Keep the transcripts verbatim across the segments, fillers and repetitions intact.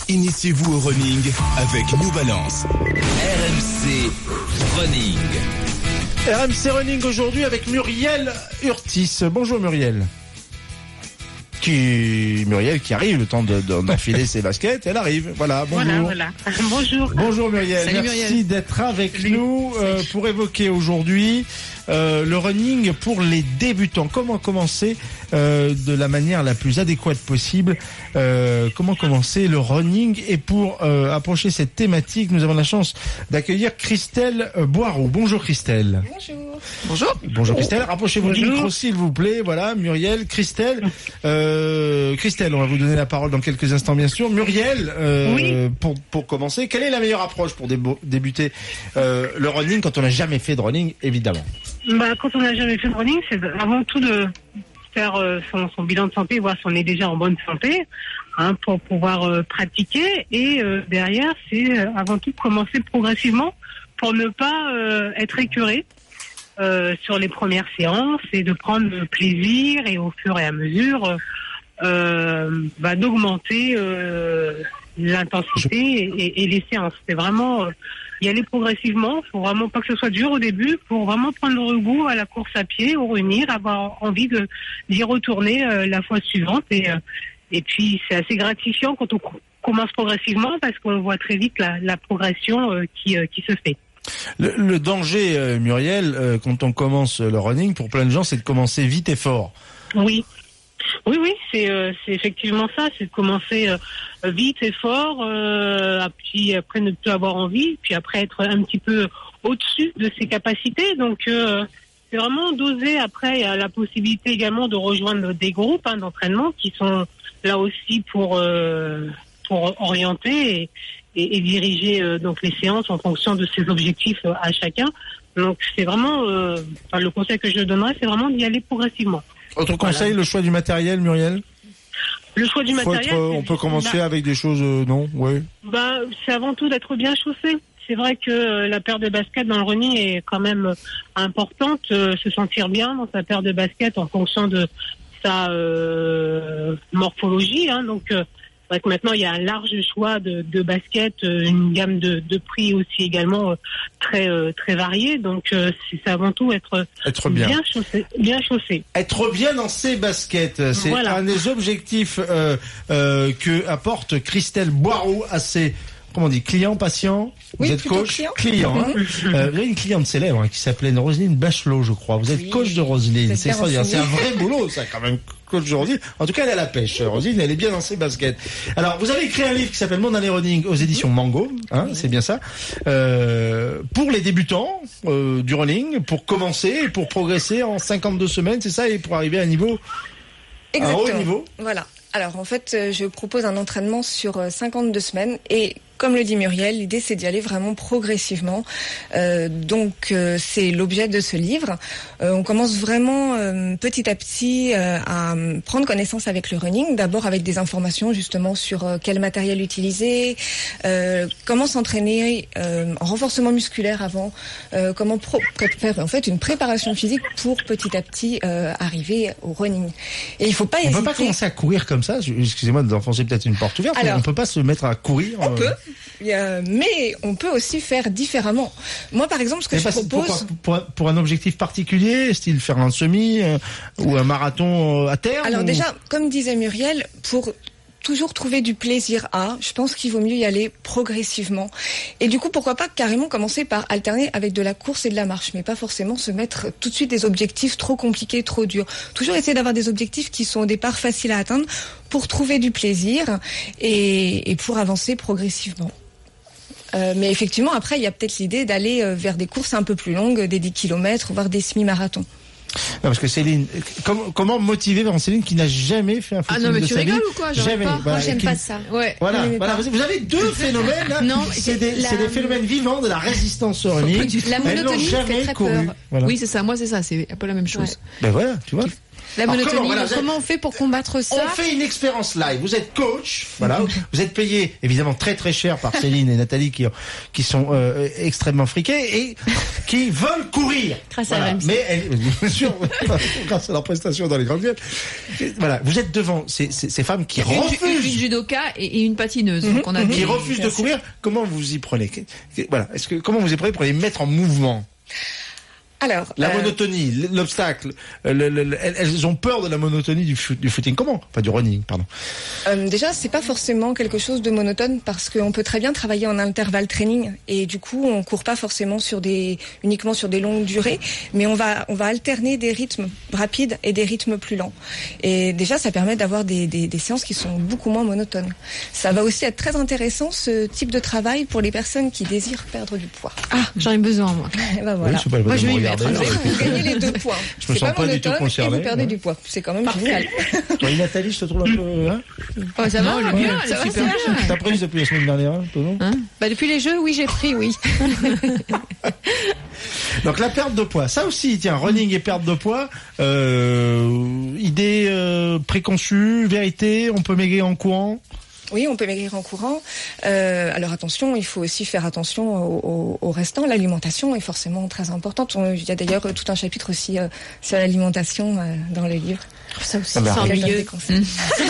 Initiez-vous au running avec New Balance. R M C Running. R M C Running aujourd'hui avec Muriel Urtis. Bonjour Muriel. Qui Muriel qui arrive, le temps de, de, d'enfiler ses baskets, elle arrive. Voilà, bonjour. Voilà, voilà. Bonjour. Bonjour Muriel. Salut, Merci Muriel. d'être avec Salut. nous euh, pour évoquer aujourd'hui euh, le running pour les débutants. Comment commencer euh, de la manière la plus adéquate possible euh, Comment commencer le running? Et pour euh, approcher cette thématique, nous avons la chance d'accueillir Christelle euh, Boireau. Bonjour Christelle. Bonjour. Bonjour. Bonjour Christelle. Rapprochez-vous du Bonjour. micro s'il vous plaît. Voilà, Muriel, Christelle. Euh, Christelle, on va vous donner la parole dans quelques instants bien sûr. Muriel, euh, Oui. pour pour commencer, quelle est la meilleure approche pour débo- débuter euh, le running quand on n'a jamais fait de running, évidemment? Bah, quand on n'a jamais fait de running, c'est avant tout de faire euh, son, son bilan de santé, voir si on est déjà en bonne santé, hein, pour pouvoir euh, pratiquer. Et euh, derrière, c'est euh, avant tout commencer progressivement pour ne pas euh, être écœuré euh, sur les premières séances et de prendre le plaisir et au fur et à mesure euh, bah, d'augmenter euh, l'intensité et, et, et les séances. C'est vraiment euh, y aller progressivement. Faut vraiment pas que ce soit dur au début, pour vraiment prendre le goût à la course à pied, au running, avoir envie de d'y retourner euh, la fois suivante. Et euh, et puis c'est assez gratifiant quand on co- commence progressivement parce qu'on voit très vite la, la progression euh, qui euh, qui se fait. Le, le danger, euh, Muriel, euh, quand on commence le running, pour plein de gens, c'est de commencer vite et fort. Oui. Oui, oui, c'est euh, c'est effectivement ça, c'est de commencer euh, vite et fort, euh, puis après ne plus avoir envie, puis après être un petit peu au-dessus de ses capacités. Donc euh, c'est vraiment doser. Après, il y a la possibilité également de rejoindre des groupes hein, d'entraînement qui sont là aussi pour euh, pour orienter et, et, et diriger euh, donc les séances en fonction de ses objectifs euh, à chacun. Donc c'est vraiment, euh, enfin, le conseil que je donnerais, c'est vraiment d'y aller progressivement. Autre conseil, le choix du matériel, Muriel? Le choix du Faut matériel. être, euh, c'est- on peut commencer bah, avec des choses, euh, non? Oui. bah, c'est avant tout d'être bien chaussé. C'est vrai que euh, la paire de baskets dans le running est quand même euh, importante. euh, se sentir bien dans sa paire de baskets en fonction de sa euh, morphologie. Hein, donc, euh, c'est vrai que maintenant il y a un large choix de, de baskets, euh, une gamme de, de prix aussi également euh, très euh, très variée. Donc, euh, c'est c'est avant tout être Être bien. bien chaussé, bien chaussé. Être bien dans ses baskets, c'est Voilà. un des objectifs euh, euh, que apporte Christelle Boireau à ses, comment on dit, clients, patients. Oui, vous êtes plutôt coach, client. client. Hein. Euh, vous avez une cliente célèbre hein, qui s'appelait Roselyne Bachelot, je crois. Vous êtes Oui, coach de Roselyne, c'est c'est bien extraordinaire. C'est un renseigné. vrai boulot, ça, quand même. Coach de Roselyne. En tout cas, elle a la pêche. Roselyne, elle est bien dans ses baskets. Alors, vous avez écrit un livre qui s'appelle Mon année running aux éditions Mango, hein, c'est bien ça. Euh, pour les débutants euh, du running, pour commencer, pour progresser en cinquante-deux semaines, c'est ça, et pour arriver à un niveau. À un haut niveau. Voilà. Alors en fait, euh, je propose un entraînement sur euh, cinquante-deux semaines et comme le dit Muriel, l'idée c'est d'y aller vraiment progressivement. Euh, donc euh, c'est l'objet de ce livre. Euh, on commence vraiment euh, petit à petit euh, à euh, prendre connaissance avec le running. D'abord avec des informations justement sur euh, quel matériel utiliser, euh, comment s'entraîner euh, en renforcement musculaire avant, euh, comment pro- faire en fait une préparation physique pour petit à petit euh, arriver au running. Et il faut pas On hésiter. peut pas commencer à courir comme ça. Excusez-moi d'enfoncer peut-être une porte ouverte, mais Alors, on peut pas se mettre à courir. On euh, peut, euh, mais on peut aussi faire différemment. Moi, par exemple, ce que mais je parce- propose, pourquoi- pour, un- pour un objectif particulier, style faire un semi euh, ou un marathon euh, à terme. alors ou- déjà, comme disait Muriel, pour toujours trouver du plaisir à, je pense qu'il vaut mieux y aller progressivement. Et du coup, pourquoi pas carrément commencer par alterner avec de la course et de la marche, mais pas forcément se mettre tout de suite des objectifs trop compliqués, trop durs. Toujours essayer d'avoir des objectifs qui sont au départ faciles à atteindre pour trouver du plaisir et, et pour avancer progressivement. Euh, mais effectivement, après, il y a peut-être l'idée d'aller euh, vers des courses un peu plus longues, des dix kilomètres, voire des semi-marathons. Non, parce que Céline, comment, comment motiver vraiment Céline qui n'a jamais fait un Ah footing non, mais de tu sa vie? rigoles ou quoi? J'arrive Jamais. pas. Voilà, Moi, j'aime qui- pas ça. Ouais. Voilà, Oui, mais voilà. pas. Vous, vous avez deux phénomènes là. Non, c'est des, la- c'est des phénomènes vivants de la résistance au running. La Elles n'ont monotonie jamais fait très couru. peur. Voilà. Oui, c'est ça. Moi, c'est ça. C'est un peu la même chose. Ben voilà, tu vois. La Alors, monotonie, comment, voilà, donc vous êtes- comment on fait pour combattre ça? On fait une expérience live. Vous êtes coach, voilà. Vous êtes payé évidemment très très cher par Céline et Nathalie qui qui sont euh, extrêmement friquées et qui veulent courir. Grâce à Voilà. R M C. Mais elles, bien sûr, grâce à leur prestation dans les grandes villes. Voilà, vous êtes devant ces, ces, ces femmes qui Une, ju- une refusent, judoka et, et une patineuse. Donc on a qui des- refusent de courir. Comment vous y prenez Que- que- Voilà, est-ce que comment vous y prenez pour les mettre en mouvement? Alors, La euh, monotonie, l'obstacle, euh, le, le, le- elles, elles ont peur de la monotonie du, foot, du footing. Comment? Enfin, du running, pardon. Euh, déjà, c'est pas forcément quelque chose de monotone parce qu'on peut très bien travailler en intervalle training et du coup, on court pas forcément sur des uniquement sur des longues durées, mais on va on va alterner des rythmes rapides et des rythmes plus lents. Et déjà, ça permet d'avoir des, des, des séances qui sont beaucoup moins monotones. Ça va aussi être très intéressant ce type de travail pour les personnes qui désirent perdre du poids. Ah, j'en ai besoin, moi. Et ben voilà. Oui, c'est pas le Moi, je vais y regarder, mettre, là. Vous gagnez les deux points. Je me C'est sens pas du tout monotone concerné, et vous perdez ouais. du poids. C'est quand même génial. Oui, Nathalie, je te trouve un peu. Hein Oh, ça va, Non, elle est ouais, bien, ça elle va, est super ça bien. T'as pris depuis la semaine dernière, hein, toi, non Bah, depuis les jeux, oui, j'ai pris, oui. Donc la perte de poids, ça aussi, tiens, running et perte de poids, euh, idée euh, préconçue, vérité, on peut maigrir en courant. Oui, on peut maigrir en courant. Euh, alors attention, il faut aussi faire attention au, au, au restant. L'alimentation est forcément très importante. On- il y a d'ailleurs euh, tout un chapitre aussi euh, sur l'alimentation euh, dans le livre. Ça aussi, Ah bah, c'est oui. Quels sont ennuyeux. les conseils.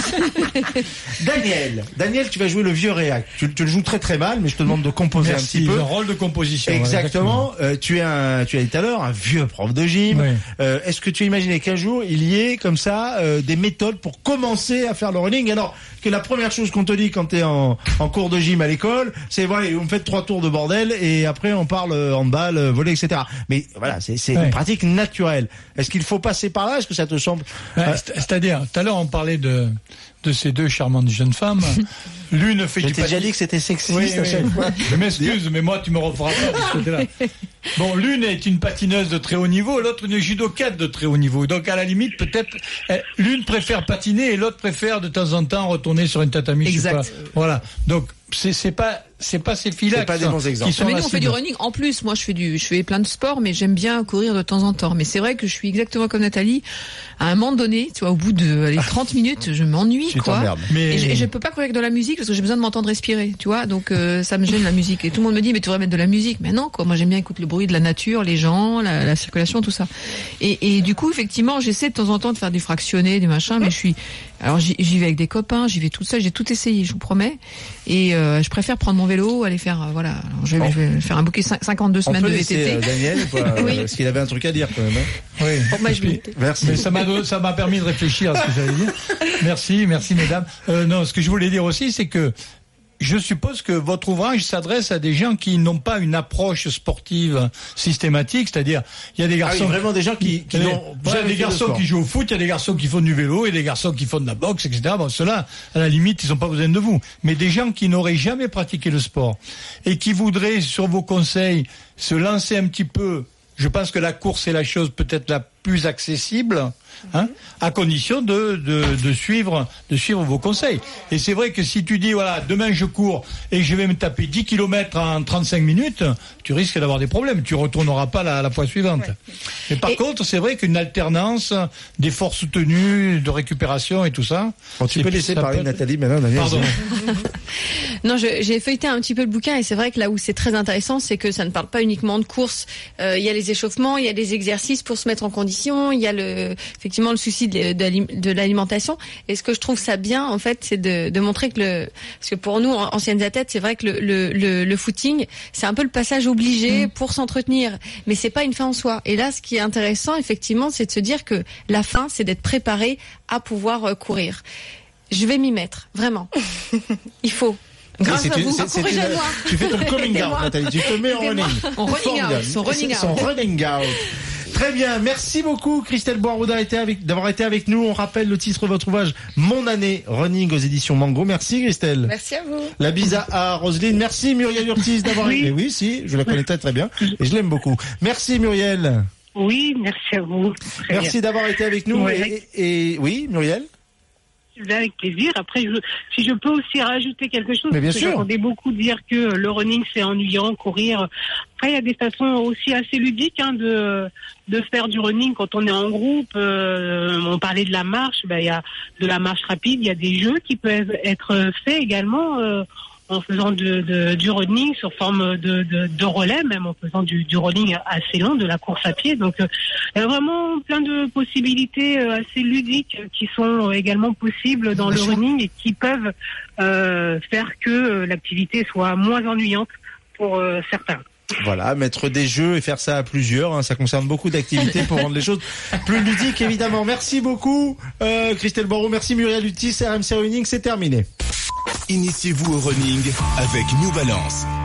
Daniel, Daniel, tu vas jouer le vieux réac. Tu, tu le joues très très mal, mais je te demande de composer un petit peu. un rôle de composition. Exactement. Euh, tu es un, tu as dit tout à l'heure, un vieux prof de gym. Oui. Euh, Est-ce que tu imaginais qu'un jour il y ait comme ça euh, des méthodes pour commencer à faire le running? Alors que la première chose qu'on te dit quand t'es en, en cours de gym à l'école, c'est voilà, vous me faites trois tours de bordel et après on parle euh, handball, euh, volley, et cetera. Mais voilà, c'est c'est Ouais. une pratique naturelle. Est-ce qu'il faut passer par là? Est-ce que ça te semble Ouais, euh, c'est- C'est-à-dire, tout à l'heure on parlait de de ces deux charmantes jeunes femmes. L'une fait Je du t'ai déjà patin- dit que c'était sexiste Oui, à oui. chaque fois. Je m'excuse, mais moi tu me referas pas de ce côté-là. Bon, l'une est une patineuse de très haut niveau, l'autre une judokate de très haut niveau. Donc à la limite, peut-être, eh, l'une préfère patiner et l'autre préfère de temps en temps retourner sur une tatami. je sais Exact. pas. Voilà. Donc c'est c'est pas c'est pas ces filles-là C'est pas qui des sont- bons exemples. qui sont Mais nous, la on fait du cible. running. En plus, moi, je fais du, je fais plein de sports, mais j'aime bien courir de temps en temps. Mais c'est vrai que je suis exactement comme Nathalie. À un moment donné, tu vois, au bout de allez, trente minutes, je m'ennuie, Tu quoi. t'emmerdes. Mais Et je, et je peux pas courir avec de la musique parce que j'ai besoin de m'entendre respirer, tu vois. Donc euh, ça me gêne la musique. Et tout le monde me dit mais tu devrais mettre de la musique. Mais non, quoi. Moi j'aime bien écouter le bruit de la nature, les gens, la, la circulation, tout ça. Et, et du coup, effectivement, j'essaie de temps en temps de faire du fractionné, des machins, mais je suis. Alors j'y j'y vais avec des copains, j'y vais toute seule. J'ai tout essayé, je vous promets. Et euh, je préfère prendre mon vélo, aller faire euh, voilà. Alors, je, vais, Bon. je vais faire un bouquet cin- cinquante-deux On semaines peut de laisser V T T. euh, Daniel, quoi, Oui. parce qu'il avait un truc à dire quand même. Hein. oui. Bon, bah, je vais Puis- noter. Merci. Mais ça m'a don- ça m'a permis de réfléchir à ce que j'allais dire. Merci, merci mesdames. Euh, non, ce que je voulais dire aussi, c'est que je suppose que votre ouvrage s'adresse à des gens qui n'ont pas une approche sportive systématique, c'est-à-dire il y a des Ah oui, garçons vraiment des gens qui, qui Il y a n'ont des- jamais des fait de garçons sport. qui jouent au foot, il y a des garçons qui font du vélo et des garçons qui font de la boxe, et cetera. Bon, ceux-là, à la limite, ils n'ont pas besoin de vous. Mais des gens qui n'auraient jamais pratiqué le sport et qui voudraient, sur vos conseils, se lancer un petit peu. Je pense que la course est la chose peut-être la plus accessible, hein, à condition de, de, de suivre, de suivre vos conseils. Et c'est vrai que si tu dis, voilà, demain je cours et je vais me taper dix kilomètres en trente-cinq minutes, tu risques d'avoir des problèmes. Tu retourneras pas la, la fois suivante. Mais par Et- contre, c'est vrai qu'une alternance, des forces soutenues, de récupération et tout ça. Bon, tu c'est- peux laisser ça parler peut être- Nathalie maintenant. Daniel, Pardon. Non, je- j'ai feuilleté un petit peu le bouquin et c'est vrai que là où c'est très intéressant, c'est que ça ne parle pas uniquement de course. Euh, Il y a les échauffements, il y a des exercices pour se mettre en condition, il y a le, effectivement le souci de, de l'ali- de l'alimentation. Et ce que je trouve ça bien, en fait, c'est de, de montrer que le, parce que pour nous, en- anciennes athlètes, c'est vrai que le, le, le, le footing, c'est un peu le passage obligé pour s'entretenir, mais c'est pas une fin en soi. Et là, ce qui est intéressant, effectivement, c'est de se dire que la fin, c'est d'être préparé à pouvoir euh, courir. Je vais m'y mettre, vraiment. Il faut. Grâce c'est à une- vous, c'est- c'est encouragez une- moi. Tu fais ton coming out, Aidez-moi. Nathalie. Tu te mets en Aidez-moi. running. En running Formidable. out, son running Son out. running out. Très bien, merci beaucoup Christelle Boiroux d'avoir été avec, d'avoir été avec nous. On rappelle le titre de votre ouvrage, Mon année running aux éditions Mango. Merci Christelle. Merci à vous. La bise à, à Roselyne. Merci Muriel Urtis d'avoir Oui. été. Oui, si, je la connais très très bien et je l'aime beaucoup. Merci Muriel. Oui, merci à vous. Très Merci d'avoir été avec nous. Ouais. Et, et- et- oui, Muriel. avec plaisir. Après, je, si je peux aussi rajouter quelque chose, mais bien parce que sûr. j'entendais beaucoup dire que le running c'est ennuyant, courir. Après, il y a des façons aussi assez ludiques hein, de de faire du running quand on est en groupe. Euh, on parlait de la marche, ben il y a de la marche rapide, il y a des jeux qui peuvent être faits également. Euh, en faisant de, de, du running sur forme de, de, de relais, même en faisant du, du running assez long, de la course à pied. Donc, euh, il y a vraiment plein de possibilités euh, assez ludiques qui sont également possibles dans le running et qui peuvent euh, faire que euh, l'activité soit moins ennuyante pour euh, certains. Voilà, mettre des jeux et faire ça à plusieurs, hein, ça concerne beaucoup d'activités pour rendre les choses plus ludiques, évidemment. Merci beaucoup, euh, Christelle Borot, merci Muriel Lutis, R M C Running, c'est terminé. Initiez-vous au running avec New Balance.